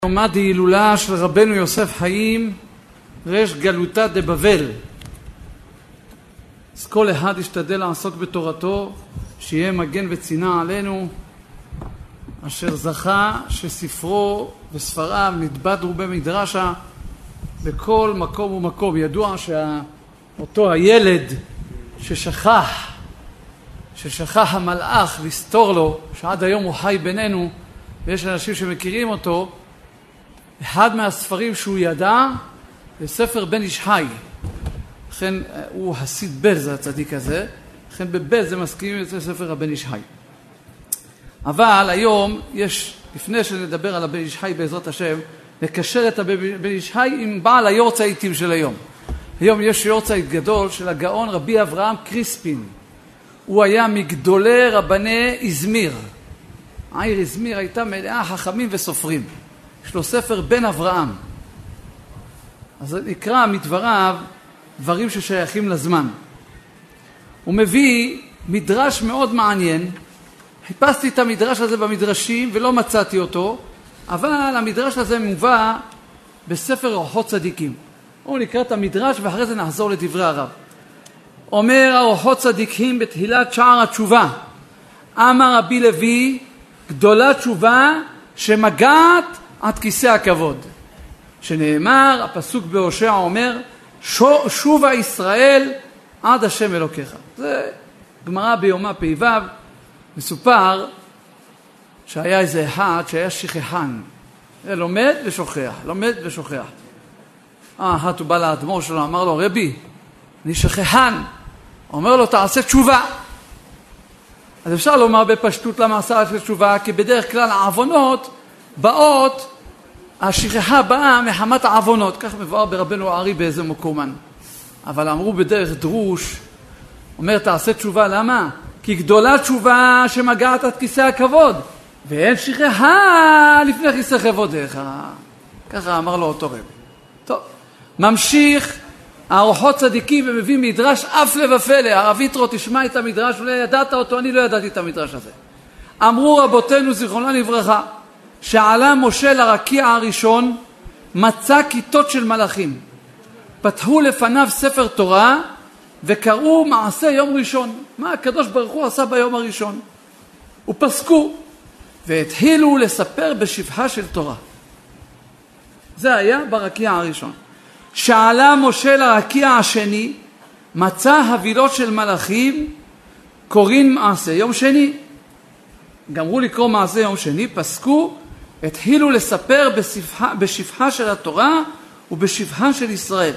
יום ההילולה של רבנו יוסף חיים, ריש גלותא דבבל. אז כל אחד ישתדל לעסוק בתורתו, שיהיה מגן וצינה עלינו, אשר זכה שספרו וספריו נתבדרו במדרשה בכל מקום ומקום. ידוע שאותו הילד ששכח המלאך לסתור לו, שעד היום הוא חי בינינו, ויש אנשים שמכירים אותו, אחד מהספרים שהוא ידע זה ספר בן איש חי. לכן הוא חסיד בל, זה הצדיק הזה, לכן בבל זה מסכימים את ספר הבן איש חי. אבל היום יש, לפני שנדבר על הבן איש חי בעזרת השם, נקשר את הבן איש חי עם בעל היורצייטים של היום. היום יש יורצייט גדול של הגאון רבי אברהם קריספין. הוא היה מגדולי רבני איזמיר. העיר איזמיר הייתה מלאה חכמים וסופרים. יש לו ספר בן אברהם. אז נקרא מדבריו דברים ששייכים לזמן. הוא מביא מדרש מאוד מעניין. חיפשתי את המדרש הזה במדרשים ולא מצאתי אותו, אבל המדרש הזה מובא בספר אורחות צדיקים. הוא נקרא את המדרש ואחרי זה נחזור לדברי הרב. אומר אורחות צדיקים בתחילת שער התשובה, אמר רבי לוי, גדולה תשובה שמגעת עד כיסא הכבוד. שנאמר, הפסוק בהושע אומר, שובה ישראל עד השם אלוקיך. זה גמרא ביומא פ"ו. מסופר שהיה איזה אחד שהיה שכחן. לומד ושוכח, לומד ושוכח. אחד הוא בא לאדמו"ר שלו, אמר לו, רבי, אני שכחן. אומר לו, תעשה תשובה. אז אפשר לומר בפשטות למה עשה תשובה, כי בדרך כלל העוונות באות, השכחה באה מחמת העוונות, כך מבואר ברבנו הארי באיזה מקומן. אבל אמרו בדרך דרוש, אומר תעשה תשובה, למה? כי גדולה תשובה שמגעת עד כיסא הכבוד, ואין שכחה לפני כיסא כבודיך. ככה אמר לו אותו רב. טוב, ממשיך האורחות צדיקים ומביא מדרש הפלא ופלא. הרב יתרו תשמע את המדרש, אולי ידעת אותו, אני לא ידעתי את המדרש הזה. אמרו רבותינו זיכרונם לברכה, שעלה משה לרקיע הראשון, מצא כיתות של מלאכים. פתחו לפניו ספר תורה, וקראו מעשה יום ראשון. מה הקדוש ברוך הוא עשה ביום הראשון? ופסקו, והתחילו לספר בשבחה של תורה. זה היה ברקיע הראשון. שעלה משה לרקיע השני, מצא הבילות של מלאכים, קוראים מעשה יום שני. גמרו לקרוא מעשה יום שני, פסקו, התחילו לספר בשבחה של התורה ובשבחה של ישראל.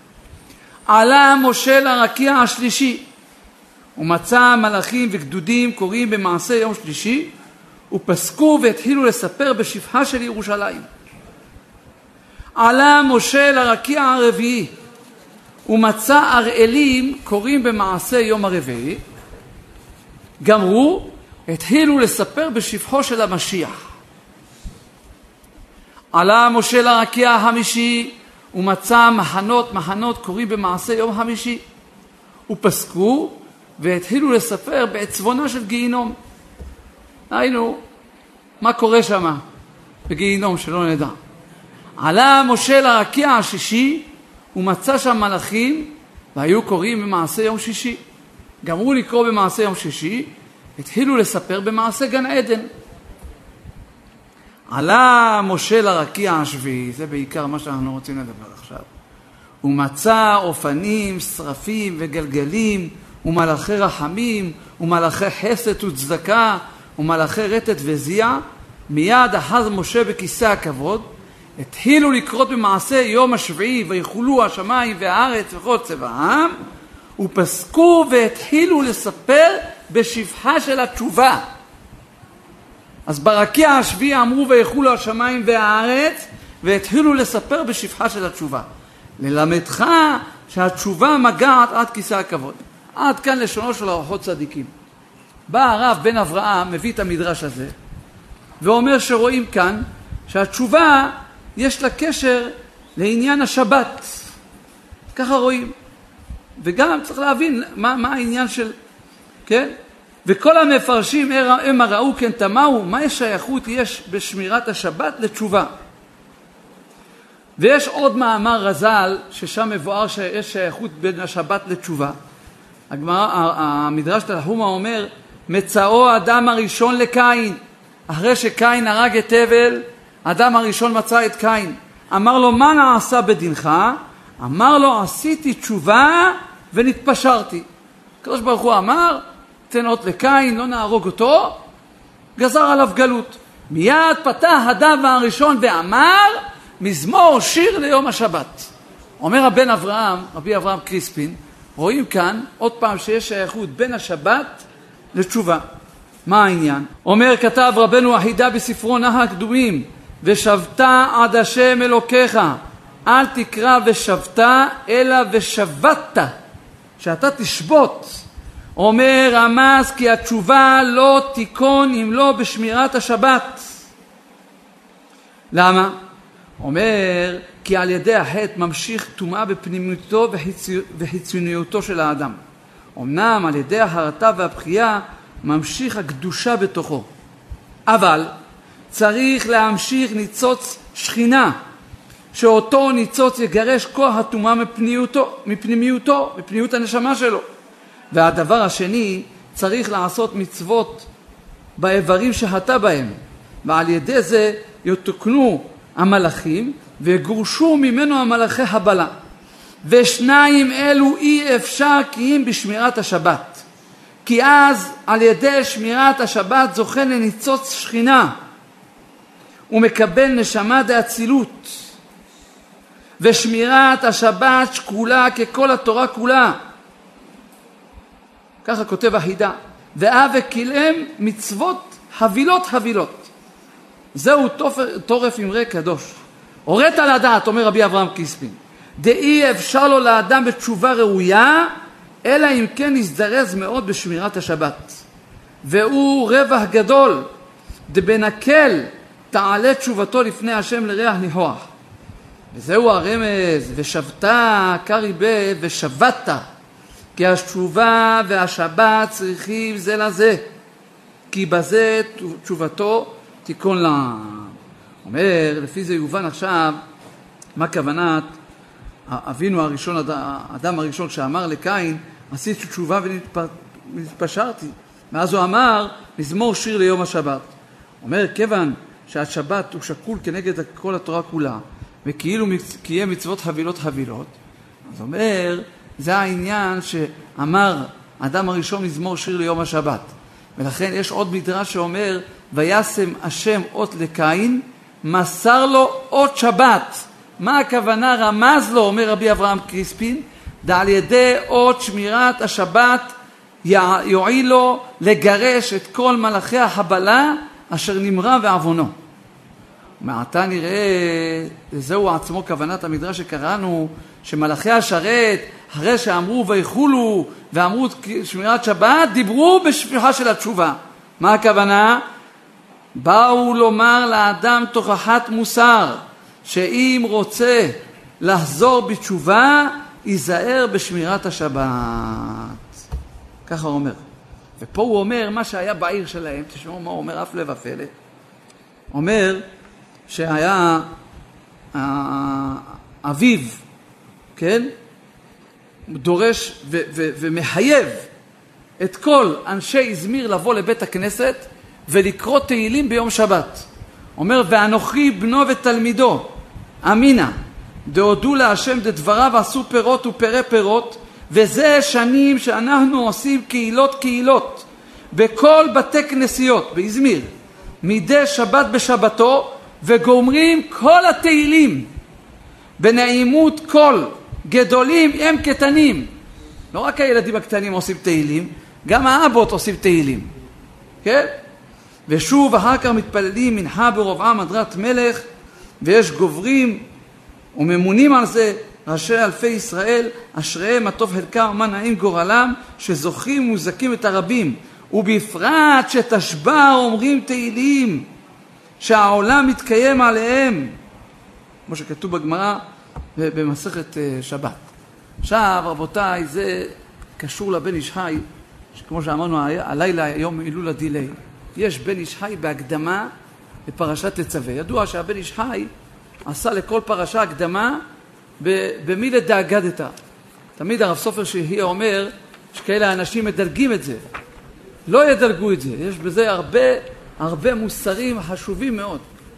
עלה משה לרקיע השלישי, ומצא מלאכים וגדודים קוראים במעשה יום שלישי, ופסקו והתחילו לספר בשבחה של ירושלים. עלה משה לרקיע הרביעי, ומצא אראלים קוראים במעשה יום הרביעי, גמרו, התחילו לספר בשבחו של המשיח. עלה משה לרקיע החמישי, ומצא מחנות קוראים במעשה יום חמישי, ופסקו והתחילו לספר בעצבונה של גיהינום. היינו, מה קורה שם בגיהינום שלא נדע. עלה משה לרקיע השישי, ומצא שם מלאכים, והיו קוראים במעשה יום שישי. גמרו לקרוא במעשה יום שישי, התחילו לספר במעשה גן עדן. עלה משה לרקיע השביעי, זה בעיקר מה שאנחנו רוצים לדבר עכשיו. ומצא אופנים, שרפים וגלגלים, ומלאכי רחמים, ומלאכי חסד וצדקה, ומלאכי רטט וזיע. מיד אחז משה בכיסא הכבוד, התחילו לקרות במעשה יום השביעי, ויחולו השמיים והארץ וכל צבאם, ופסקו והתחילו לספר בשבחה של התשובה. אז ברקיע השביעי אמרו ויחולו השמיים והארץ, והתחילו לספר בשבחה של התשובה. ללמדך שהתשובה מגעת עד כיסא הכבוד. עד כאן לשונו של אורחות צדיקים. בא הרב בן אברהם, מביא את המדרש הזה, ואומר שרואים כאן שהתשובה יש לה קשר לעניין השבת. ככה רואים. וגם צריך להבין מה העניין של, כן? וכל המפרשים הם ראו כן תמהו, מה השייכות יש בשמירת השבת לתשובה? ויש עוד מאמר רז"ל, ששם מבואר שיש שייכות בין השבת לתשובה. המדרש תנחומא אומר, מצאו אדם הראשון לקין. אחרי שקין הרג את הבל, אדם הראשון מצא את קין. אמר לו, מה נעשה בדינך? אמר לו, עשיתי תשובה ונתפשרתי. הקדוש ברוך הוא אמר, תן אות לקין, לא נהרוג אותו, גזר עליו גלות. מיד פתח אדם הראשון ואמר, מזמור שיר ליום השבת. אומר הבן אברהם, רבי אברהם קריספין, רואים כאן עוד פעם שיש שייכות בין השבת לתשובה. מה העניין? אומר, כתב רבנו החידה בספרו נהר קדומים, ושבת עד השם אלוקיך, אל תקרא ושבת, אלא ושבת, שאתה תשבות. אומר רמז כי התשובה לא תיכון אם לא בשמירת השבת. למה? אומר כי על ידי החטא ממשיך טומאה בפנימיותו וחיצוניותו של האדם. אמנם על ידי החרטה והבכייה ממשיך הקדושה בתוכו. אבל צריך להמשיך ניצוץ שכינה, שאותו ניצוץ יגרש כוח הטומאה מפנימיות הנשמה שלו. והדבר השני, צריך לעשות מצוות באיברים שחטא בהם, ועל ידי זה יתוקנו המלאכים וגורשו ממנו המלאכי הבלה. ושניים אלו אי אפשר כי אם בשמירת השבת, כי אז על ידי שמירת השבת זוכה לניצוץ שכינה ומקבל נשמה דאצילות. ושמירת השבת שקולה ככל התורה כולה. ככה כותב החידה. וכילם מצוות חבילות. זהו תורף אמרי קדוש. הורית לדעת, אומר רבי אברהם קריספין, דאי אפשר לו לאדם בתשובה ראויה, אלא אם כן יזדרז מאוד בשמירת השבת. והוא רווח גדול, דבנקל תעלה תשובתו לפני השם לריח ניחוח. וזהו הרמז, ושבתה קריבה ושבת, כי התשובה והשבת צריכים זה לזה, כי בזה תשובתו תיקון לה. אומר, לפי זה יובן עכשיו, מה כוונת אבינו הראשון, האדם הראשון שאמר לקין, עשיתי תשובה ונתפשרתי. ואז הוא אמר, מזמור שיר ליום השבת. אומר, כיוון שהשבת הוא שקול כנגד כל התורה כולה, וכאילו קיים מצוות חבילות, אז אומר, זה העניין שאמר האדם הראשון מזמור שיר ליום השבת. ולכן יש עוד מדרש שאומר, וישם השם אות לקין, מסר לו אות שבת. מה הכוונה? רמז לו, אומר רבי אברהם קריספין, על ידי אות שמירת השבת יועיל לו לגרש את כל מלאכי החבלה אשר נמרא ועוונו. מעתה נראה, זהו עצמו כוונת המדרש שקראנו, שמלאכי השרת, אחרי שאמרו ויחולו ואמרו שמירת שבת, דיברו בשפיחה של התשובה. מה הכוונה? באו לומר לאדם תוכחת מוסר, שאם רוצה לחזור בתשובה, ייזהר בשמירת השבת. ככה הוא אומר. ופה הוא אומר מה שהיה בעיר שלהם, תשמעו מה הוא אומר, אף לב הפלא. אומר שהיה אביו, כן? דורש ומחייב את כל אנשי איזמיר לבוא לבית הכנסת ולקרוא תהילים ביום שבת. אומר, ואנוכי בנו ותלמידו, אמינה, דהודו להשם דדבריו עשו פירות ופרי פירות, וזה שנים שאנחנו עושים קהילות בכל בתי כנסיות באיזמיר, מדי שבת בשבתו, וגומרים כל התהילים בנעימות כל, גדולים הם קטנים. לא רק הילדים הקטנים עושים תהילים, גם האבות עושים תהילים. כן? ושוב אחר כך מתפללים מנחה ברובעם הדרת מלך, ויש גוברים וממונים על זה ראשי אלפי ישראל, אשריהם הטוב חלקם ומה נעים גורלם, שזוכים ומוזקים את הרבים, ובפרט שתשבע אומרים תהילים שהעולם מתקיים עליהם, כמו שכתוב בגמרא במסכת שבת. עכשיו רבותיי, זה קשור לבן איש חי, שכמו שאמרנו הלילה יום אילול הדילי, יש בן איש חי בהקדמה לפרשת תצווה. ידוע שהבן איש חי עשה לכל פרשה הקדמה במי לדאגדתה. תמיד הרב סופר שיהיה אומר שכאלה אנשים מדלגים את זה. לא ידלגו את זה. יש בזה הרבה מוסרים חשובים מאוד.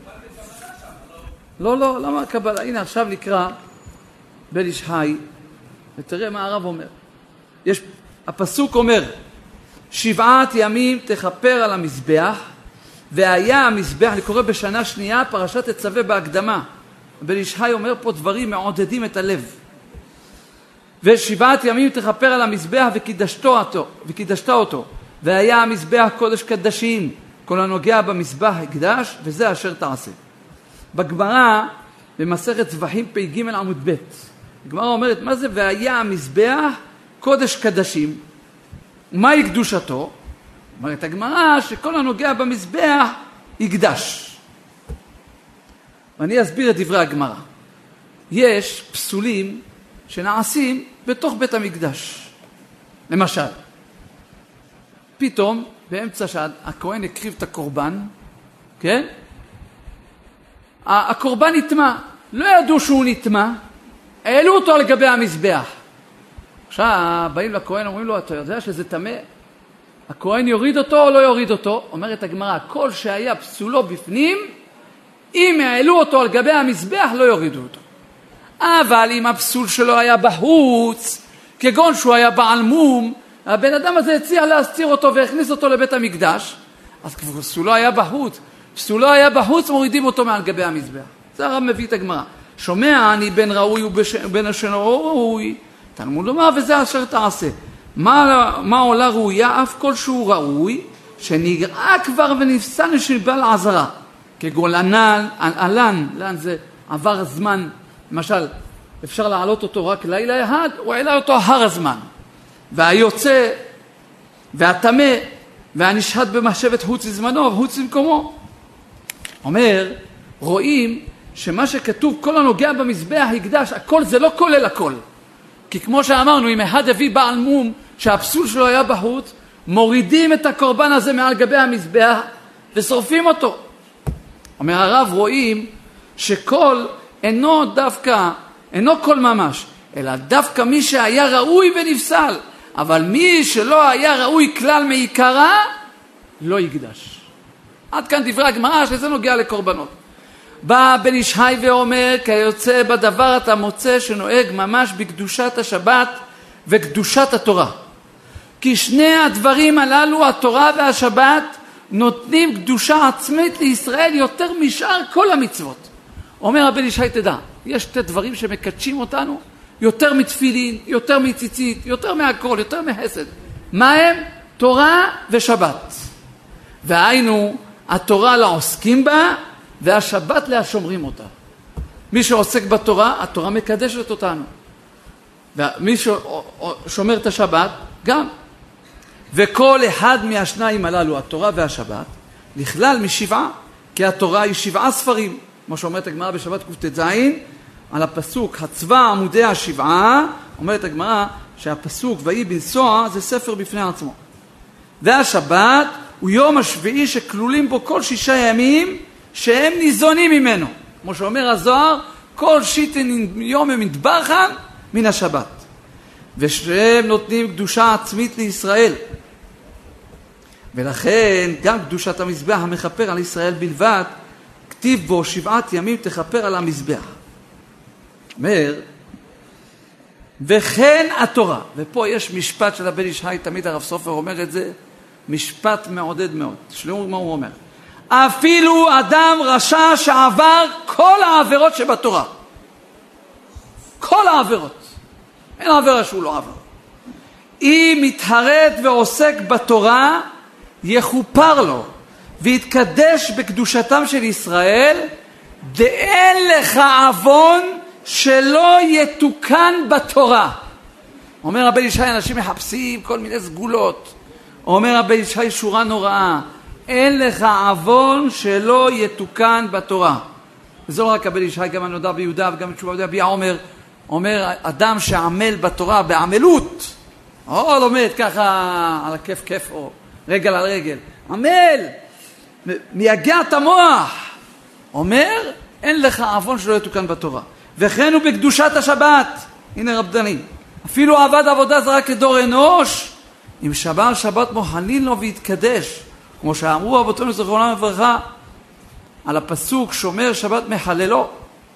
לא, למה הקבלה? הנה עכשיו נקרא בן איש חי, ותראה מה הרב אומר. הפסוק אומר, 7 ימים תכפר על המזבח, והיה המזבח, אני קורא בשנה שנייה, פרשת תצווה בהקדמה. בן איש חי אומר פה דברים מעודדים את הלב. ו7 ימים תכפר על המזבח וקידשת אותו, והיה המזבח קודש קדשים, כל הנוגע במזבח הקדש, וזה אשר תעשה. בגמרא, במסכת זבחים פ"ג עמוד ב', הגמרא אומרת, מה זה והיה המזבח קודש קדשים? מהי קדושתו? אומרת הגמרא שכל הנוגע במזבח יקדש. ואני אסביר את דברי הגמרא. יש פסולים שנעשים בתוך בית המקדש. למשל, פתאום באמצע שהכהן הקריב את הקורבן, כן? הקורבן נטמע, לא ידעו שהוא נטמע, העלו אותו על גבי המזבח. עכשיו באים לכהן, אומרים לו, אתה יודע שזה טמא? הכהן יוריד אותו או לא יוריד אותו? אומרת הגמרא, כל שהיה פסולו בפנים, אם העלו אותו על גבי המזבח לא יורידו אותו. אבל אם הפסול שלו היה בחוץ, כגון שהוא היה בעל מום, הבן אדם הזה הצליח להסתיר אותו והכניס אותו לבית המקדש, אז פסולו היה בחוץ. פסולו היה בחוץ, מורידים אותו מעל גבי המזבח. זה הרב מביא את הגמרא. שומע אני בין ראוי ובין שאינו ראוי, תלמוד לומר וזה אשר תעשה. מה עולה ראויה? אף כל שהוא ראוי, שנגרע כבר ונפסל לשבל עזרה. כגון עלן, לאן זה עבר הזמן, למשל, אפשר להעלות אותו רק לילה אחד, הוא העלה אותו אחר הזמן. והיוצא, והטמא, והנשחט במחשבת חוץ לזמנו וחוץ למקומו. אומר, רואים שמה שכתוב, כל הנוגע במזבח יקדש, הכל זה לא כולל הכל. כי כמו שאמרנו, אם אחד הביא בעל מום שהפסול שלו היה בחוץ, מורידים את הקורבן הזה מעל גבי המזבח ושורפים אותו. אומר הרב, רואים שכל אינו דווקא, אינו כל ממש, אלא דווקא מי שהיה ראוי ונפסל. אבל מי שלא היה ראוי כלל מעיקרה, לא יקדש. עד כאן דברי הגמרא שזה נוגע לקורבנות. בא בן איש חי ואומר, כיוצא בדבר אתה מוצא שנוהג ממש בקדושת השבת וקדושת התורה. כי שני הדברים הללו, התורה והשבת, נותנים קדושה עצמית לישראל יותר משאר כל המצוות. אומר הבן איש חי, תדע, יש שתי דברים שמקדשים אותנו, יותר מתפילין, יותר מציצית, יותר מהכל, יותר מחסד. מה הם? תורה ושבת. והיינו, התורה לעוסקים בה, והשבת להשומרים אותה. מי שעוסק בתורה, התורה מקדשת אותנו. ומי ששומר את השבת, גם. וכל אחד מהשניים הללו, התורה והשבת, לכלל משבעה, כי התורה היא 7 ספרים. כמו שאומרת הגמרא בשבת קט"ז, על הפסוק, הצבא עמודי השבעה, אומרת הגמרא שהפסוק ויהי בנסוע זה ספר בפני עצמו. והשבת הוא יום השביעי שכלולים בו כל 6 ימים שהם ניזונים ממנו. כמו שאומר הזוהר, כל שיטין יום המטבחן מן השבת. ושהם נותנים קדושה עצמית לישראל. ולכן גם קדושת המזבח המכפר על ישראל בלבד, כתיב בו 7 ימים תכפר על המזבח. אומר, וכן התורה, ופה יש משפט של הבן איש חי, תמיד הרב סופר אומר את זה, משפט מעודד מאוד. תשמעו מה הוא אומר. אפילו אדם רשע שעבר כל העבירות שבתורה. כל העבירות. אין עבירה שהוא לא עבר. אם מתחרט ועוסק בתורה, יכופר לו, ויתקדש בקדושתם של ישראל, ואין לך עוון שלא יתוקן בתורה. אומר הבן איש חי, אנשים מחפשים כל מיני סגולות. אומר הבן איש חי שורה נוראה, אין לך עוון שלא יתוקן בתורה. וזה לא רק הבן איש חי, גם הנודע ביהודה וגם תשובה ביהודה בי עומר, אומר אדם שעמל בתורה בעמלות, או לומד ככה על הכיף כיף או רגל על רגל, עמל, מייגע את המוח, אומר אין לך עוון שלא יתוקן בתורה. וכן הוא בקדושת השבת. הנה רב דני. אפילו עבד עבודה זרה כדור אנוש, אם שבר שבת מוחלין לו והתקדש. כמו שאמרו אבותינו זיכרונם לברכה, על הפסוק שומר שבת מחללו.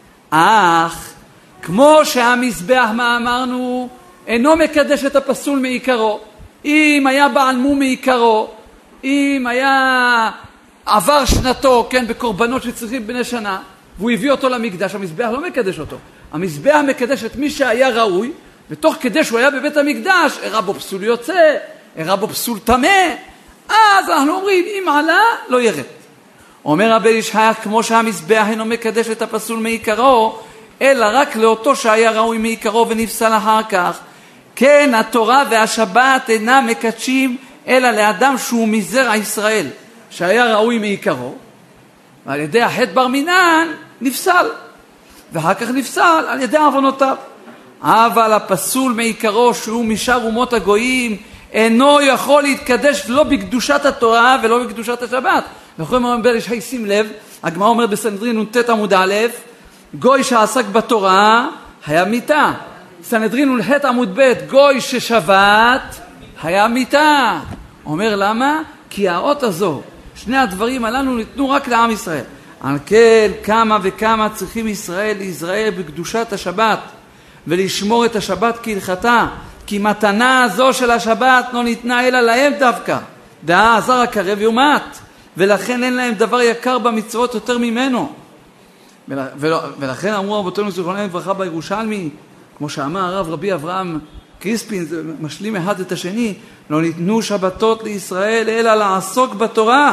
אך כמו שהמזבח, מה אמרנו, אינו מקדש את הפסול מעיקרו. אם היה בעל מום מעיקרו, אם היה עבר שנתו, כן, בקורבנות שצריכים בני שנה, והוא הביא אותו למקדש, המזבח לא מקדש אותו. המזבח מקדש את מי שהיה ראוי, ותוך כדי שהוא היה בבית המקדש, הראה בו פסול יוצא, הראה בו פסול טמא, אז אנחנו אומרים, אם עלה, לא ירד. אומר רבי ישעיה, כמו שהמזבח אינו מקדש את הפסול מעיקרו, אלא רק לאותו שהיה ראוי מעיקרו ונפסל אחר כך, כן, התורה והשבת אינם מקדשים, אלא לאדם שהוא מזרע ישראל, שהיה ראוי מעיקרו, ועל ידי החטא בר מינן נפסל, ואחר כך נפסל על ידי עוונותיו. אבל הפסול מעיקרו שהוא משאר אומות הגויים, אינו יכול להתקדש לא בקדושת התורה ולא בקדושת השבת. לכן אומר ישעיה, שים לב, הגמרא אומרת בסנהדרין נ"ט עמוד א', גוי שעסק בתורה היה מיתה. סנהדרין נ"ח עמוד ב', גוי ששבת היה מיתה. אומר למה? כי האות הזו, שני הדברים הללו ניתנו רק לעם ישראל. על כן כמה וכמה צריכים ישראל להיזהר בקדושת השבת ולשמור את השבת כהלכתה, כי מתנה הזו של השבת לא ניתנה אלא להם דווקא. דעה עזר הקרב יומת, ולכן אין להם דבר יקר במצוות יותר ממנו. ולכן אמרו רבותינו זיכרונם לברכה בירושלמי, כמו שאמר הרב רבי אברהם קריספין, זה משלים אחד את השני, לא ניתנו שבתות לישראל אלא לעסוק בתורה,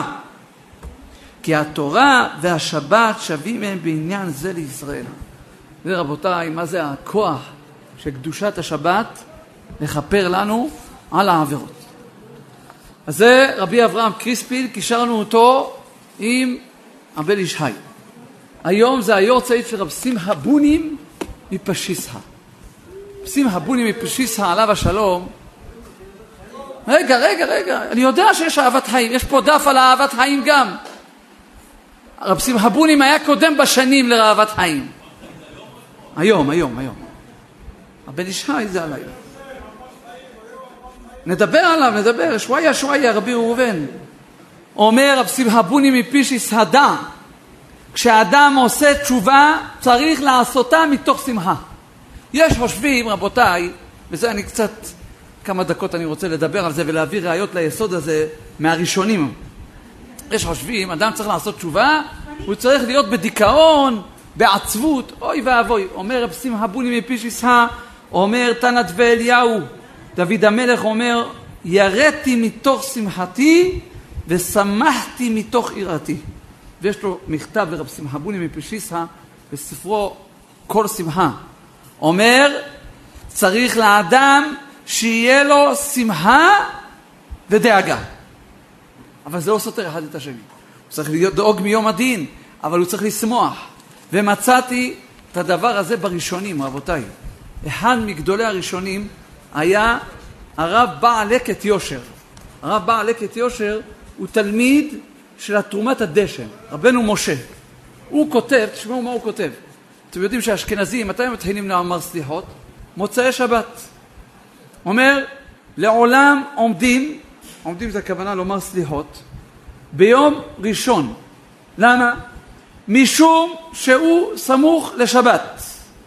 כי התורה והשבת שווים הם בעניין זה לישראל. ורבותיי, מה זה הכוח של קדושת השבת לכפר לנו על העבירות? אז זה רבי אברהם קריספין, קישרנו אותו עם רבי ישעיה. היום זה היורצייט של רב שמחה בונים מפשיסה. שמחה בונים מפשיסה עליו השלום. רגע, אני יודע שיש אהבת חיים, יש פה דף על אהבת חיים גם. רב שמחה בונים היה קודם בשנים לאהבת חיים. היום. רבי ישעיה זה על היום. נדבר עליו, שויה, רבי ראובן. אומר רב שמחה בונים מפשיסה, כשאדם עושה תשובה, צריך לעשותה מתוך שמחה. יש חושבים, רבותיי, וזה אני קצת, כמה דקות אני רוצה לדבר על זה ולהביא ראיות ליסוד הזה מהראשונים. יש חושבים, אדם צריך לעשות תשובה, הוא צריך להיות בדיכאון, בעצבות, אוי ואבוי. אומר רב שמחה בונים מפשיסה, אומר תנת ואליהו, דוד המלך אומר, ירדתי מתוך שמחתי ושמחתי מתוך יראתי. ויש לו מכתב לרב שמחה בונים מפשיסה בספרו כל שמחה. אומר, צריך לאדם שיהיה לו שמחה ודאגה. אבל זה לא סותר אחד את השני. הוא צריך לדאוג מיום הדין, אבל הוא צריך לשמוח. ומצאתי את הדבר הזה בראשונים, רבותיי. אחד מגדולי הראשונים היה הרב בעל לקט יושר. הרב בעל לקט יושר הוא תלמיד של התרומת הדשן, רבנו משה. הוא כותב, תשמעו מה הוא כותב. אתם יודעים שהאשכנזים, מתי הם מתחילים לאמר סליחות? מוצאי שבת. אומר, לעולם עומדים זה הכוונה לומר סליחות, ביום ראשון. למה? משום שהוא סמוך לשבת.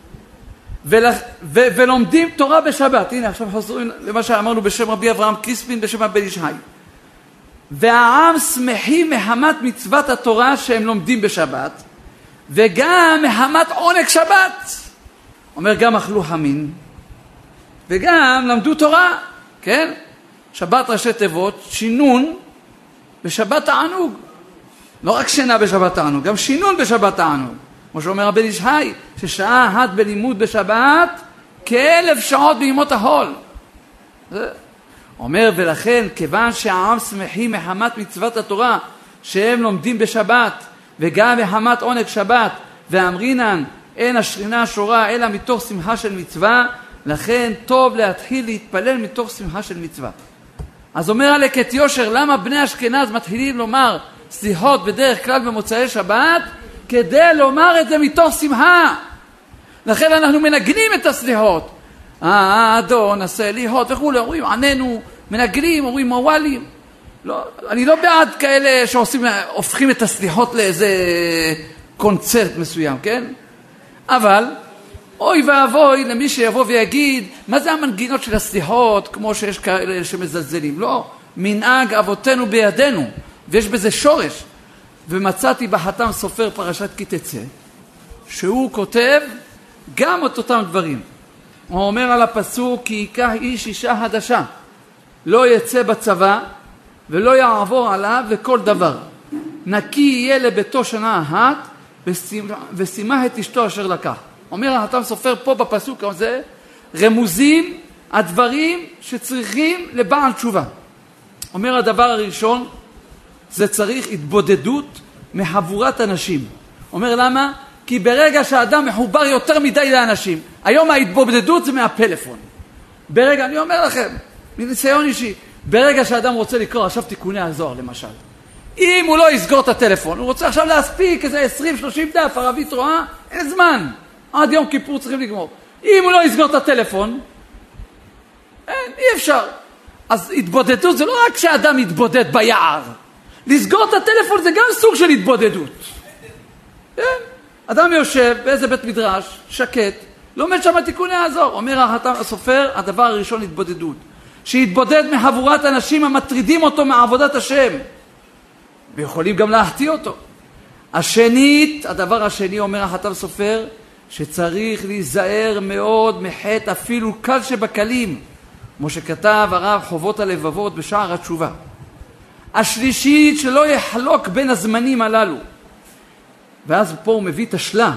ולומדים תורה בשבת. הנה, עכשיו חוזרים למה שאמרנו בשם רבי אברהם קריספין, בשם רבי ישעיה. והעם שמחים מחמת מצוות התורה שהם לומדים בשבת, וגם מחמת עונג שבת. אומר, גם אכלו חמין, וגם למדו תורה, כן? שבת ראשי תיבות, שינון בשבת תענוג. לא רק שינה בשבת תענוג, גם שינון בשבת תענוג. כמו שאומר רבי ישעיה, ששעה אחת בלימוד בשבת, כ1,000 שעות בימות החול. אומר, ולכן, כיוון שהעם שמחים מחמת מצוות התורה שהם לומדים בשבת, וגם מחמת עונג שבת, ואמרינן, אין השרינה השורה אלא מתוך שמחה של מצווה, לכן טוב להתחיל להתפלל מתוך שמחה של מצווה. אז אומר הלקט יושר, למה בני אשכנז מתחילים לומר סליחות בדרך כלל במוצאי שבת? כדי לומר את זה מתוך שמחה. לכן אנחנו מנגנים את הסליחות. האדון עשה לי הוד וכו', אומרים עננו, מנגנים, אומרים מוואלים. לא, אני לא בעד כאלה שהופכים את הסליחות לאיזה קונצרט מסוים, כן? אבל אוי ואבוי למי שיבוא ויגיד, מה זה המנגינות של הסליחות, כמו שיש כאלה שמזלזלים? לא, מנהג אבותינו בידינו, ויש בזה שורש. ומצאתי בחתם סופר פרשת כי תצא, שהוא כותב גם את אותם דברים. הוא אומר על הפסוק, כי ייקח איש אישה חדשה, לא יצא בצבא, ולא יעבור עליו לכל דבר. נקי יהיה לביתו שנה אחת, ושימה את אשתו אשר לקח. אומר החתם סופר פה בפסוק הזה, רמוזים הדברים שצריכים לבעל תשובה. אומר הדבר הראשון, זה צריך התבודדות מחבורת אנשים. אומר למה? כי ברגע שהאדם מחובר יותר מדי לאנשים, היום ההתבודדות זה מהפלאפון. ברגע, אני אומר לכם, מניסיון אישי, ברגע שהאדם רוצה לקרוא עכשיו תיקוני הזוהר למשל, אם הוא לא יסגור את הטלפון, הוא רוצה עכשיו להספיק איזה 20-30 דף, ערבית רואה, אין זמן. עד יום כיפור צריכים לגמור. אם הוא לא יסגור את הטלפון, אי אפשר. אז התבודדות זה לא רק שהאדם יתבודד ביער. לסגור את הטלפון זה גם סוג של התבודדות. כן? אדם יושב באיזה בית מדרש, שקט, לומד שם תיקוני הזוהר. אומר הסופר, הדבר הראשון התבודדות. שיתבודד מחבורת אנשים המטרידים אותו מעבודת השם. ויכולים גם להחטיא אותו. השנית, הדבר השני אומר החתם סופר, שצריך להיזהר מאוד מחטא אפילו קל שבקלים, כמו שכתב הרב חובות הלבבות בשער התשובה. השלישית, שלא יחלוק בין הזמנים הללו. ואז פה הוא מביא תשלה,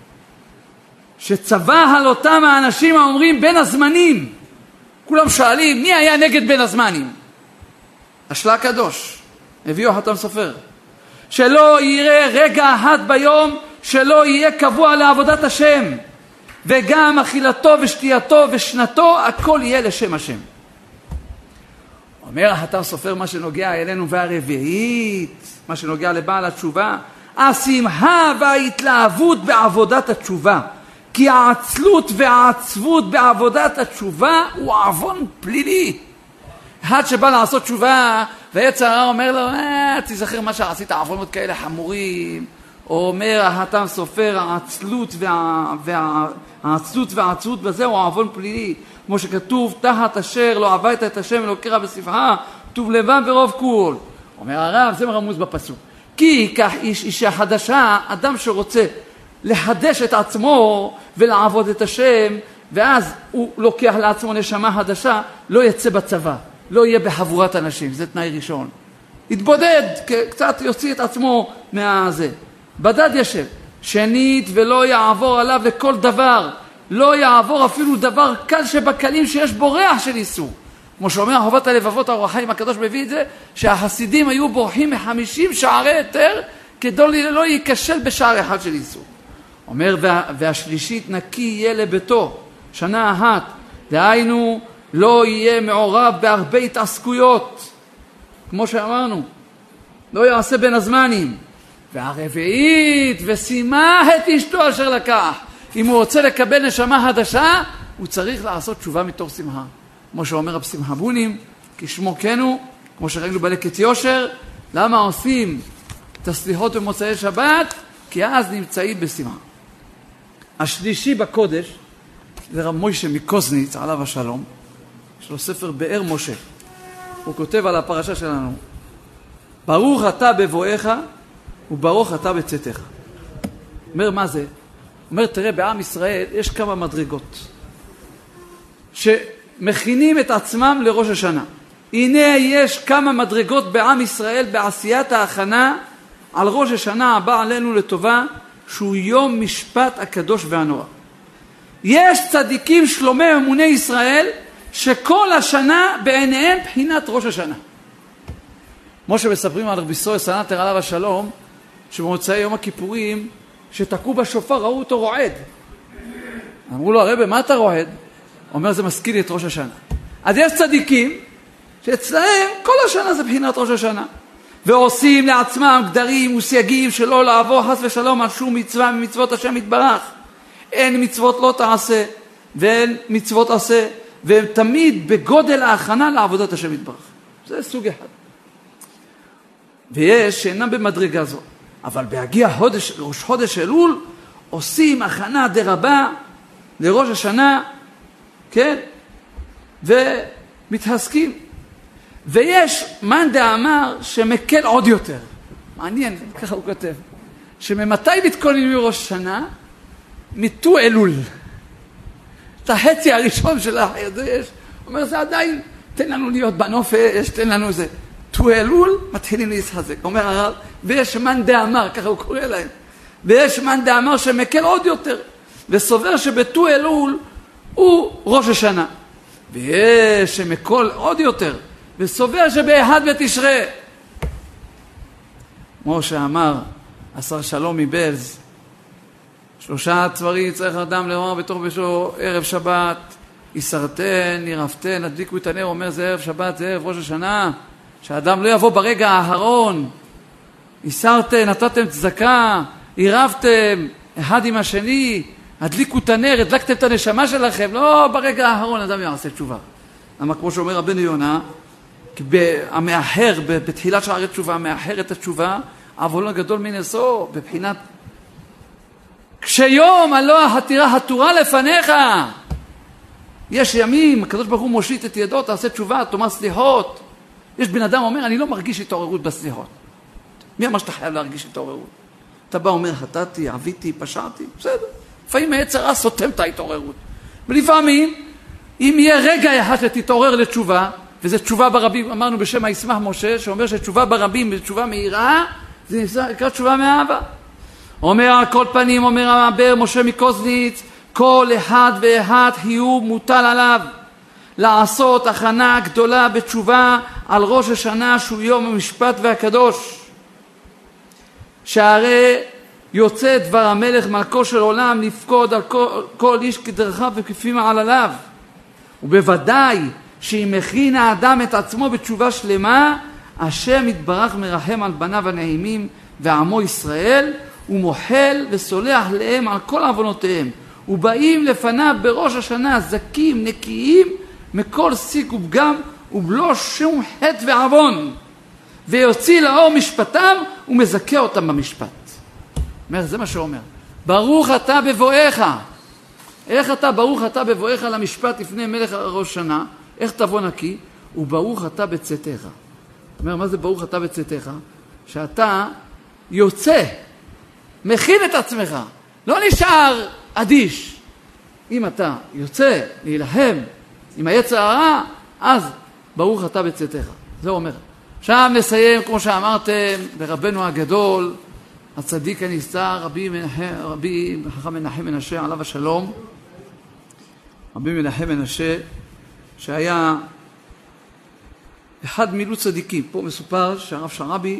שצבא על אותם האנשים האומרים בין הזמנים. כולם שואלים, מי היה נגד בין הזמנים? השלה הקדוש, הביאו החתם סופר. שלא יראה רגע אחד ביום שלא יהיה קבוע לעבודת השם, וגם אכילתו ושתייתו ושנתו, הכל יהיה לשם השם. אומר החתם סופר מה שנוגע אלינו, והרביעית, מה שנוגע לבעל התשובה, השמחה וההתלהבות בעבודת התשובה, כי העצלות והעצבות בעבודת התשובה הוא עוון פלילי. אחד שבא לעשות תשובה ויצר הרע אומר לו, תזכר מה שעשית, עוונות כאלה חמורים. או אומר החתם סופר, העצלות והעצבות בזה הוא עוון פלילי. כמו שכתוב, תחת אשר לא עבדת את השם אלוקיך בשמחה, טוב לבב ורוב כול. אומר הרב, זה מרמוז בפסוק. כי ייקח איש אישה חדשה, אדם שרוצה לחדש את עצמו ולעבוד את השם, ואז הוא לוקח לעצמו נשמה חדשה, לא יצא בצבא, לא יהיה בחבורת אנשים, זה תנאי ראשון. יתבודד, קצת יוציא את עצמו מהזה. בדד ישב. שנית, ולא יעבור עליו לכל דבר, לא יעבור אפילו דבר קל שבקלים שיש בו ריח של איסור. כמו שאומר חובת הלבבות, האור החיים הקדוש מביא את זה, שהחסידים היו בורחים מ50 שערי היתר, כדי לא ייכשל בשער אחד של איסור. אומר, והשלישית, נקי יהיה לביתו, שנה אחת, דהיינו, לא יהיה מעורב בהרבה התעסקויות, כמו שאמרנו, לא יעשה בין הזמנים. והרביעית, ושימה את אשתו אשר לקח. אם הוא רוצה לקבל נשמה חדשה, הוא צריך לעשות תשובה מתוך שמחה. כמו שאומר רב שמחה בונים, כשמו כן הוא, כמו שראינו בלקט יושר, למה עושים את הסליחות במוצאי שבת? כי אז נמצאים בשמחה. השלישי בקודש, זה רב מוישה מקוזניץ, עליו השלום, יש לו ספר באר משה. הוא כותב על הפרשה שלנו, ברוך אתה בבואך, וברוך אתה בצאתך. אומר מה זה? אומר, תראה, בעם ישראל יש כמה מדרגות שמכינים את עצמם לראש השנה. הנה יש כמה מדרגות בעם ישראל בעשיית ההכנה על ראש השנה הבא עלינו לטובה, שהוא יום משפט הקדוש והנורא. יש צדיקים שלומי אמוני ישראל שכל השנה בעיניהם בחינת ראש השנה. כמו שמספרים על רבי ישראל סנטר עליו השלום, שבמוצאי יום הכיפורים, שתקעו בשופר, ראו אותו רועד. אמרו לו, הרב, מה אתה רועד? אומר, זה מזכיר לי את ראש השנה. אז יש צדיקים שאצלהם כל השנה זה בחינת ראש השנה. ועושים לעצמם גדרים וסייגים שלא לעבור חס ושלום על שום מצווה ממצוות השם יתברך. אין מצוות לא תעשה ואין מצוות עשה, והם תמיד בגודל ההכנה לעבודת השם יתברך. זה סוג אחד. ויש שאינם במדרגה זו, אבל בהגיע ראש חודש אלול עושים הכנה דרבה לראש השנה, כן? ומתעסקים. ויש מאן דאמר שמקל עוד יותר. מעניין, ככה הוא כותב. שממתי מתכוננים לראש השנה? מתו אלול. את החצי הראשון של החודש, הוא אומר, זה עדיין, תן לנו להיות בנופש, תן לנו זה. תו אלול, מתחילים להתחזק. אומר הרב, ויש מאן דאמר, ככה הוא קורא להם. ויש מאן דאמר שמקל עוד יותר, וסובר שבתו אלול הוא ראש השנה. ויש שמקל עוד יותר, וסובר שבאחד בתשרי. כמו שאמר השר שלום מבלז, 3 צברים צריך אדם לומר בתוך ביתו ערב שבת, יסרטן, ירפתן, הדליקו את הנר, אומר זה ערב שבת, זה ערב ראש השנה, שהאדם לא יבוא ברגע האחרון, יסרטן, נתתם צדקה, ירפתם אחד עם השני, הדליקו את הנר, הדלקתם את הנשמה שלכם, לא ברגע האחרון אדם יעשה תשובה. למה כמו שאומר רבנו יונה, המאחר, בתחילת שערי תשובה, המאחר את התשובה, עוון גדול מנשוא, בבחינת כשיום הלא החתירה התורה לפניך. יש ימים, הקדוש ברוך הוא מושיט את ידו, תעשה תשובה, תאמר סליחות. יש בן אדם אומר, אני לא מרגיש התעוררות בסליחות. מי אמר שאתה חייב להרגיש התעוררות? אתה בא אומר, חטאתי, עביתי, פשעתי, בסדר. לפעמים היצר סותם את ההתעוררות. ולפעמים, אם יהיה רגע אחד שתתעורר לתשובה, וזו תשובה ברבים, אמרנו בשם הישמח משה, שאומר שתשובה ברבים ותשובה מהירה, זה נקרא תשובה מאהבה. אומר על כל פנים, אומר המעבר משה מקוזניץ, כל אחד ואחד יהיו מוטל עליו לעשות הכנה גדולה בתשובה על ראש השנה שהוא יום המשפט והקדוש. שהרי יוצא דבר המלך מלכו של עולם לפקוד על כל איש כדרכיו וכפי מעלליו. ובוודאי שאם הכין האדם את עצמו בתשובה שלמה, השם יתברך מרחם על בניו הנעימים ועמו ישראל, ומוחל וסולח להם על כל עוונותיהם, ובאים לפניו בראש השנה זכים נקיים מכל סיק ופגם ובלא שום חטא ועוון, ויוציא לאור משפטם ומזכה אותם במשפט. זה מה שאומר, ברוך אתה בבואך. איך אתה ברוך אתה בבואך למשפט לפני מלך ראש שנה? איך תבוא נקי? וברוך אתה בצאתך. אומר, מה זה ברוך אתה בצאתך? שאתה יוצא, מכין את עצמך, לא נשאר אדיש. אם אתה יוצא להילחם עם היצר הרע, אז ברוך אתה בצאתך. זה אומר. עכשיו נסיים, כמו שאמרתם, ברבנו הגדול, הצדיק הנסתר, רבי חכם מנחם מנשה עליו השלום, רבי מנחם מנשה, שהיה אחד מילו צדיקים. פה מסופר שהרב שרבי,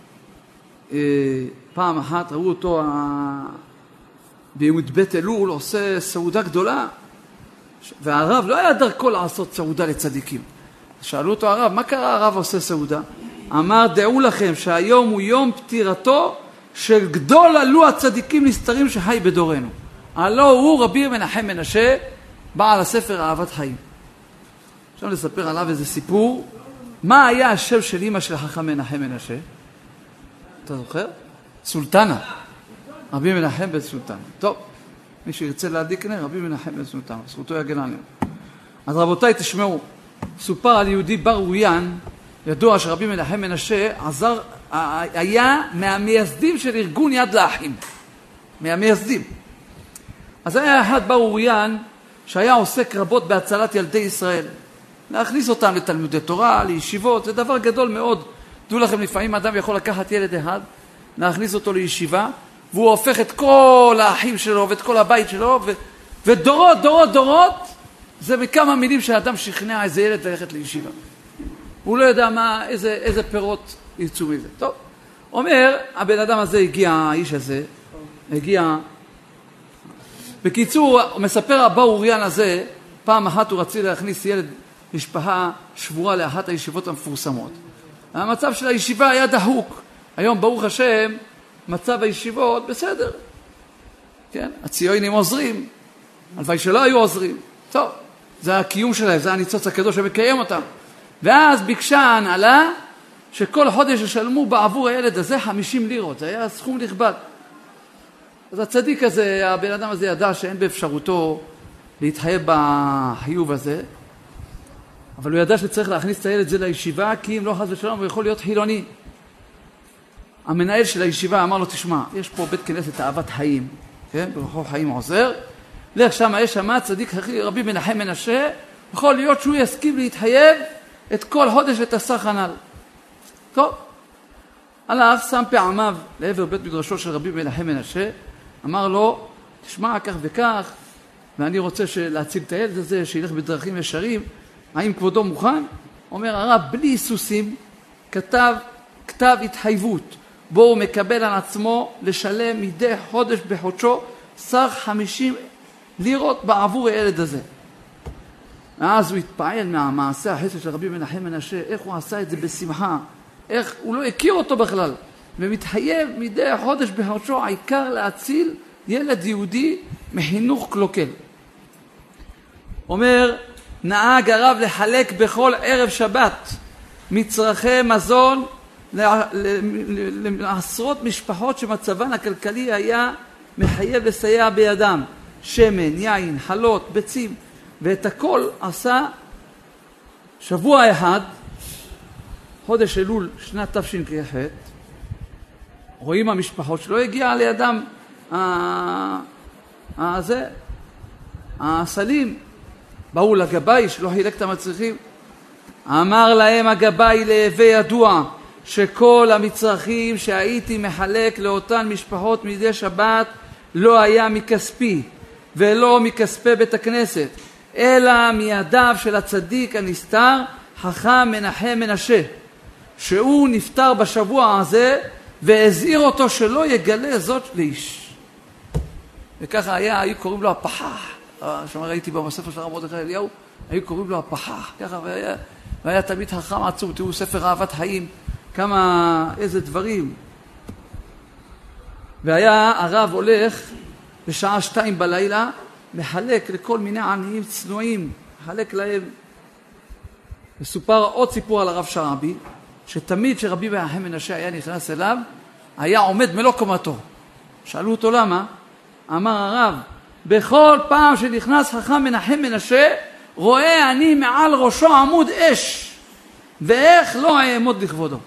פעם אחת ראו אותו ביום בית אלול עושה סעודה גדולה, והרב לא היה דרכו לעשות סעודה לצדיקים. שאלו אותו הרב, מה קרה הרב עושה סעודה? אמר, דעו לכם שהיום הוא יום פטירתו של גדול עלו הצדיקים נסתרים שחי בדורנו. הלא הוא רבי מנחם מנשה, בעל הספר אהבת חיים. עכשיו לספר עליו איזה סיפור. מה היה השם של אמא של חכם מנחם מנשה? אתה זוכר? סולטנה. רבי מנחם בן סולטנה. טוב, מי שירצה להדליק נר, רבי מנחם בן סולטנה. זכותו יגן עלינו. אז רבותיי, תשמעו. סופר על יהודי בר אוריין, ידוע שרבי מנחם מנשה היה מהמייסדים של ארגון יד לאחים. מהמייסדים. אז היה אחד בר אוריין שהיה עוסק רבות בהצלת ילדי ישראל. להכניס אותם לתלמודי תורה, לישיבות, זה דבר גדול מאוד. דעו לכם, לפעמים אדם יכול לקחת ילד אחד, להכניס אותו לישיבה, והוא הופך את כל האחים שלו ואת כל הבית שלו, ודורות, דורות, דורות, זה מכמה מילים שהאדם שכנע איזה ילד ללכת לישיבה. הוא לא יודע איזה פירות יצאו מזה. טוב, אומר, הבן אדם הזה הגיע, האיש הזה, הגיע, בקיצור, הוא מספר הבא אוריין הזה, פעם אחת הוא רצה להכניס ילד משפחה שבורה לאחת הישיבות המפורסמות. המצב של הישיבה היה דהוק. היום ברוך השם, מצב הישיבות בסדר. כן? הציונים עוזרים, הלוואי שלא היו עוזרים. טוב, זה הקיום שלהם, זה הניצוץ הקדוש שמקיים אותם. ואז ביקשה ההנהלה שכל חודש ישלמו בעבור הילד הזה 50 לירות. זה היה סכום נכבד. אז הצדיק הזה, הבן אדם הזה ידע שאין באפשרותו להתחייב בחיוב הזה, אבל הוא ידע שצריך להכניס את הילד הזה לישיבה, כי אם לא חס ושלום הוא יכול להיות חילוני. המנהל של הישיבה אמר לו, תשמע, יש פה בית כנסת אהבת חיים, כן? ברחוב חיים עוזר, לך שם, יש שם צדיק רבי מנחם מנשה, יכול להיות שהוא יסכים להתחייב את כל חודש את הסך הנ"ל. טוב, הלך, שם פעמיו לעבר בית מדרשו של רבי מנחם מנשה, אמר לו, תשמע, כך וכך, ואני רוצה להציל את הילד הזה, שילך בדרכים ישרים, האם כבודו מוכן? אומר הרב, בלי היסוסים, כתב כתב התחייבות, בו הוא מקבל על עצמו לשלם מדי חודש בחודשו סך 50 לירות בעבור הילד הזה. ואז הוא התפעל מהמעשה החסד של רבי מנחם מנשה, איך הוא עשה את זה בשמחה, איך הוא לא הכיר אותו בכלל, ומתחייב מדי חודש בחודשו, העיקר להציל ילד יהודי מחינוך קלוקל. אומר, נהג הרב לחלק בכל ערב שבת מצרכי מזון לעשרות משפחות שמצבן הכלכלי היה מחייב לסייע בידם, שמן, יין, חלות, ביצים, ואת הכל עשה שבוע אחד, חודש אלול שנת תשכ"ח. רואים המשפחות שלא הגיע לידם הסלים, באו לגבאי שלא חילק את המצריכים, אמר להם הגבאי להווה ידוע שכל המצרכים שהייתי מחלק לאותן משפחות מדי שבת לא היה מכספי ולא מכספי בית הכנסת, אלא מידיו של הצדיק הנסתר חכם מנחם מנשה, שהוא נפטר בשבוע הזה והזהיר אותו שלא יגלה זאת לאיש. וככה היה, היו קוראים לו הפחח, שמה ראיתי בספר של הרב מרדכי אליהו, היו קוראים לו הפחח, ככה, והיה תמיד חכם עצום. תראו ספר אהבת חיים, איזה דברים. והיה הרב הולך בשעה 2 בלילה, מחלק לכל מיני עניים צנועים, מחלק להם. וסופר עוד סיפור על הרב שרעבי, שתמיד שרבי מנחם מנשה היה נכנס אליו, היה עומד מלוא קומתו. שאלו אותו למה? אמר הרב, בכל פעם שנכנס חכם מנחם מנשה, רואה אני מעל ראשו עמוד אש, ואיך לא אעמוד לכבודו.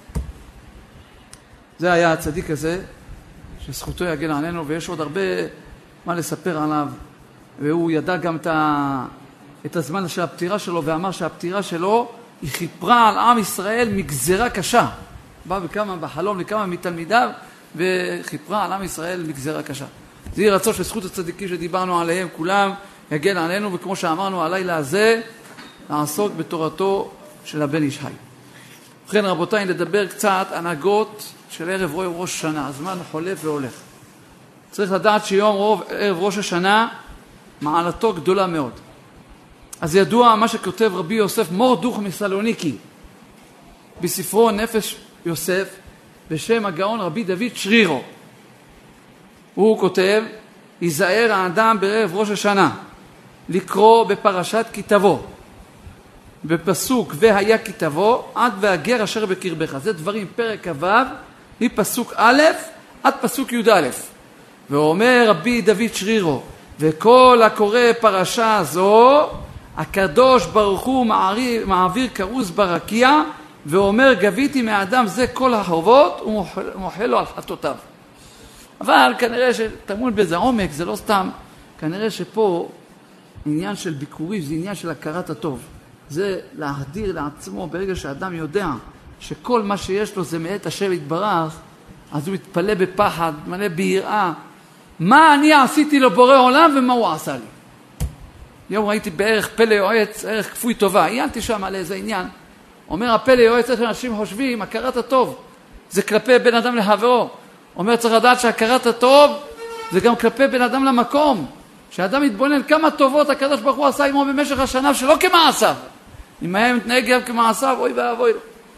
זה היה הצדיק הזה, שזכותו יגן עלינו, ויש עוד הרבה מה לספר עליו. והוא ידע גם את הזמן של הפטירה שלו, ואמר שהפטירה שלו היא חיפרה על עם ישראל מגזרה קשה. בא וכמה בחלום לכמה מתלמידיו, וחיפרה על עם ישראל מגזרה קשה. זה יהיה רצון של זכות הצדיקים שדיברנו עליהם, כולם יגן עלינו, וכמו שאמרנו הלילה הזה, לעסוק בתורתו של הבן איש חי. ובכן רבותיי, נדבר קצת הנהגות של ערב ראש השנה. הזמן חולף והולך. צריך לדעת שיום ערב ראש השנה מעלתו גדולה מאוד. אז ידוע מה שכותב רבי יוסף מורדוך מסלוניקי בספרו נפש יוסף, בשם הגאון רבי דוד שרירו. הוא כותב, ייזהר האדם בערב ראש השנה לקרוא בפרשת כתבו, בפסוק והיה כתבו עד והגר אשר בקרבך. זה דברים פרק ו' מפסוק א' עד פסוק י'. ואומר רבי דוד שרירו, וכל הקורא פרשה זו הקדוש ברוך הוא מעביר כרוז ברקיע, ואומר גביתי מאדם זה כל החובות ומוחל לו על חטאותיו. אבל כנראה שטמון בזה עומק, זה לא סתם. כנראה שפה עניין של ביקורי, זה עניין של הכרת הטוב. זה להחדיר לעצמו ברגע שאדם יודע שכל מה שיש לו זה מאת השם יתברך, אז הוא יתפלא בפחד, מלא ביראה. מה אני עשיתי לו בורא עולם ומה הוא עשה לי? יום ראיתי בערך פלא יועץ, ערך כפוי טובה. עיינתי שם על איזה עניין. אומר הפלא יועץ, איך אנשים חושבים, הכרת הטוב זה כלפי בן אדם לחברו. אומר צריך לדעת שהכרת הטוב זה גם כלפי בן אדם למקום. שהאדם יתבונן כמה טובות הקדוש ברוך הוא עשה עמו במשך השנה שלא כמעשיו. אם היה מתנהג גם כמעשיו, אוי ואבוי לו.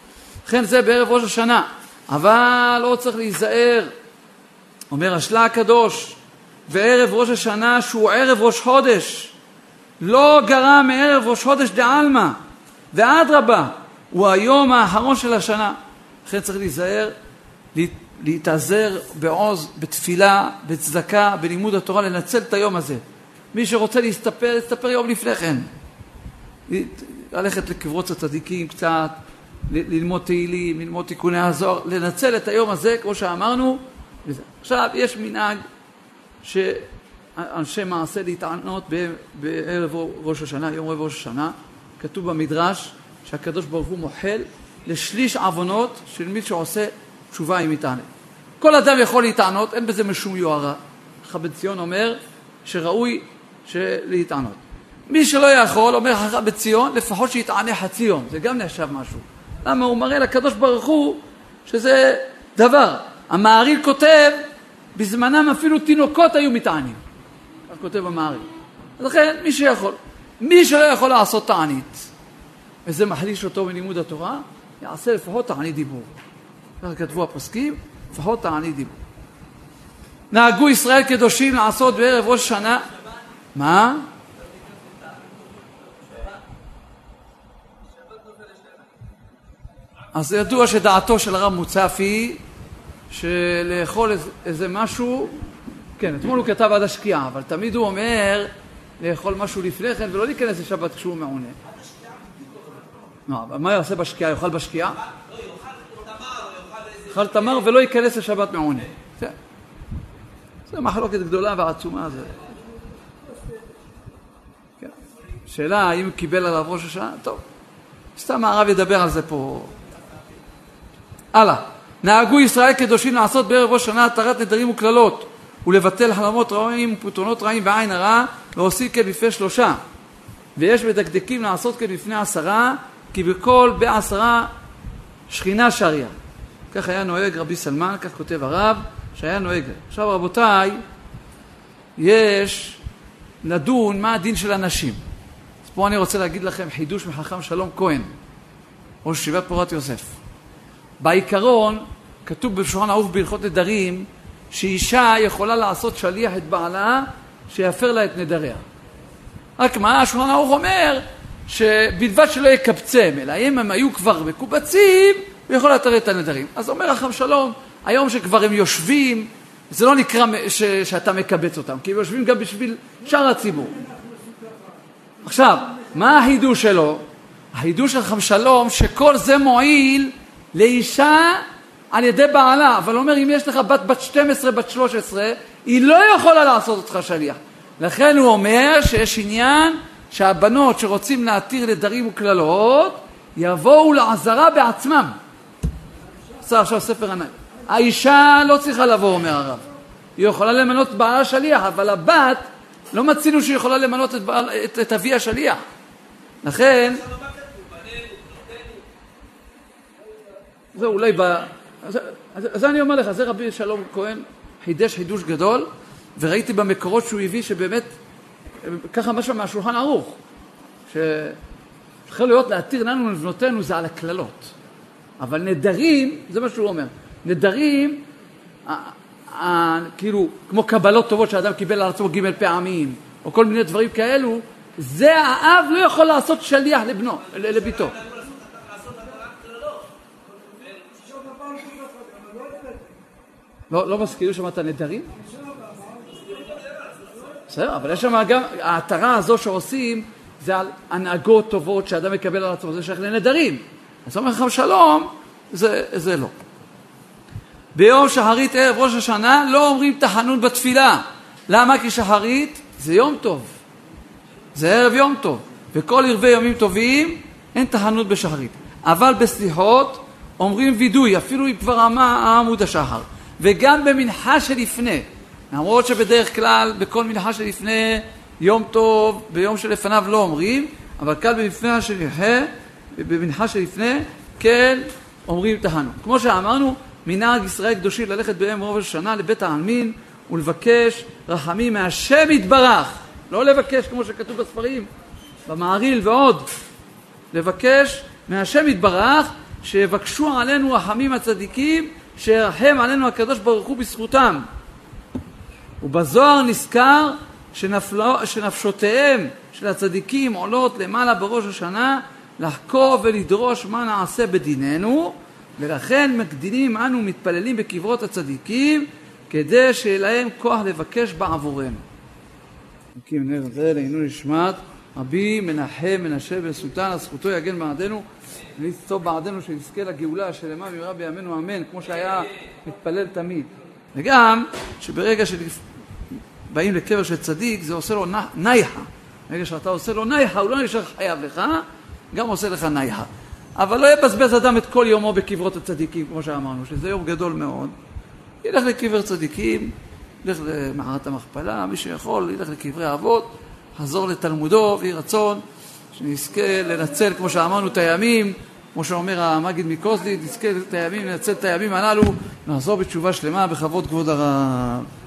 לכן זה בערב ראש השנה. אבל לא צריך להיזהר. אומר השלה הקדוש, וערב ראש השנה שהוא ערב ראש חודש, לא גרע מערב ראש חודש דעלמא, ואדרבה, הוא היום האחרון של השנה. לכן צריך להיזהר, להתעזר בעוז, בתפילה, בצדקה, בלימוד התורה, לנצל את היום הזה. מי שרוצה להסתפר יום לפני כן. ללכת לקברות הצדיקים קצת, ללמוד תהילים, ללמוד תיקוני הזוהר, לנצל את היום הזה, כמו שאמרנו. עכשיו, יש מנהג שאנשי מעשה להתענות בערב ראש השנה, יום רב ראש השנה. כתוב במדרש שהקדוש ברוך הוא מוחל לשליש עוונות של מי שעושה תשובה עם מתענה. כל אדם יכול להתענות, אין בזה משום יוהרה. חב"ד ציון אומר שראוי להתענות. מי שלא יכול, אומר חב"ד ציון, לפחות שיתענה חצי יום. זה גם נחשב משהו. למה? הוא מראה לקדוש ברוך הוא שזה דבר. המעריל כותב, בזמנם אפילו תינוקות היו מתענים. כך כותב המעריל. אז לכן, מי שיכול. מי שלא יכול לעשות תענית, וזה מחליש אותו מלימוד התורה, יעשה לפחות תענית דיבור. ככה כתבו הפוסקים, לפחות תענית דיבור. נהגו ישראל קדושים לעשות בערב ראש השנה. מה? אז ידוע שדעתו של הרב מוצפי שלאכול איזה משהו, כן, אתמול הוא כתב עד השקיעה, אבל תמיד הוא אומר לאכול משהו לפני כן ולא להיכנס לשבת כשהוא מעונה. לא, אבל מה יעשה בשקיעה? יאכל בשקיעה? לא, יאכל תמר ולא ייכנס לשבת מעונה. זה מחלוקת גדולה ועצומה. שאלה האם הוא קיבל עליו ראש השנה? טוב, סתם הרב ידבר על זה פה. הלאה. נהגו ישראל קדושים לעשות בערב ראש השנה התרת נדרים וכללות, ולבטל חלומות רעים ופתרונות רעים בעין הרע, ועושים כן בפני 3. ויש מדקדקים לעשות כן בפני 10, כי בכל ב10 שכינה שריה. כך היה נוהג רבי סלמן, כך כותב הרב, שהיה נוהג. עכשיו רבותיי, יש לדון מה הדין של אנשים. אז פה אני רוצה להגיד לכם חידוש מחכם שלום כהן, ראש ישיבת פורת יוסף. בעיקרון, כתוב בשולחן ערוך בהלכות נדרים, שאישה יכולה לעשות שליח את בעלה שיפר לה את נדריה. רק מה, השולחן ערוך אומר שבלבד שלא יקבצם, אלא אם הם היו כבר מקובצים, הוא יכול להתיר את הנדרים. אז אומר חכם שלום, היום שכבר הם יושבים, זה לא נקרא שאתה מקבץ אותם, כי הם יושבים גם בשביל שאר הציבור. עכשיו, מה החידוש שלו? החידוש של חכם שלום, שכל זה מועיל לאישה על ידי בעלה, אבל אומר, אם יש לך בת 12, בת 13, היא לא יכולה לעשות אותך שליח. לכן הוא אומר שיש עניין שהבנות שרוצים להתיר נדרים וכללות, יבואו לעזרה בעצמם. עשה עכשיו ספר ענק. האישה לא צריכה לבוא, אומר הרב. היא יכולה למנות בעלה שליח, אבל הבת לא מצינו שהיא יכולה למנות את אבי השליח. לכן זה אולי אז אני אומר לך, זה רבי שלום כהן חידש חידוש גדול, וראיתי במקורות שהוא הביא שבאמת ככה משהו מהשולחן ערוך, שיכול להיות להתיר לנו לבנותינו זה על הכללות, אבל נדרים, זה מה שהוא אומר, נדרים כאילו כמו קבלות טובות שהאדם קיבל על עצמו ג' פעמים או כל מיני דברים כאלו, זה האב לא יכול לעשות שליח לבנו, לביתו. לא מזכירו שם את הנדרים? בסדר, אבל יש שם גם, ההתרה הזו שעושים, זה על הנהגות טובות שאדם מקבל על עצמו, זה שייך לנדרים. אז אומר חכם שלום, זה לא. ביום שחרית ערב ראש השנה לא אומרים תחנון בתפילה. למה? כי שחרית זה יום טוב. זה ערב יום טוב. וכל ערבי יומים טובים אין תחנות בשחרית. אבל בסליחות אומרים וידוי, אפילו אם כבר עמוד השחר. וגם במנחה שלפני, למרות שבדרך כלל בכל מנחה שלפני יום טוב, ביום שלפניו לא אומרים, אבל כאן במנחה שלפני כן אומרים תחנות. כמו שאמרנו, מנהג ישראל קדושי ללכת ביום ראש השנה לבית העלמין ולבקש רחמים מהשם יתברך, לא לבקש כמו שכתוב בספרים, במעריל ועוד, לבקש מהשם יתברך שיבקשו עלינו רחמים הצדיקים, שירחם עלינו הקדוש ברוך הוא בזכותם. ובזוהר נזכר שנפשותיהם של הצדיקים עולות למעלה בראש השנה לחקור ולדרוש מה נעשה בדיננו, ולכן מקדימים אנו מתפללים בקברות הצדיקים כדי שיהיה להם כוח לבקש בעבורנו. נקים נר זה לעילוי נשמת רבי מנחם מנשה בן סולטן, זכותו יגן בעדנו ולצטוב בעדנו, שנזכה לגאולה השלמה במהרה בימינו אמן, כמו שהיה מתפלל תמיד. וגם שברגע שבאים לקבר של צדיק זה עושה לו נייחה. ברגע שאתה עושה לו נייחה הוא לא נשאר חייב לך, גם עושה לך נייחה. אבל לא יבזבז אדם את כל יומו בקברות הצדיקים, כמו שאמרנו, שזה יום גדול מאוד. ילך לקבר צדיקים, ילך למערת המכפלה, מי שיכול, ילך לקברי אבות, חזור לתלמודו, ויהי רצון שנזכה לנצל, כמו שאמרנו, את הימים, כמו שאומר המגיד מקוזלי, נזכה את הימים, לנצל את הימים הללו, נחזור בתשובה שלמה בכבוד כבוד הרב.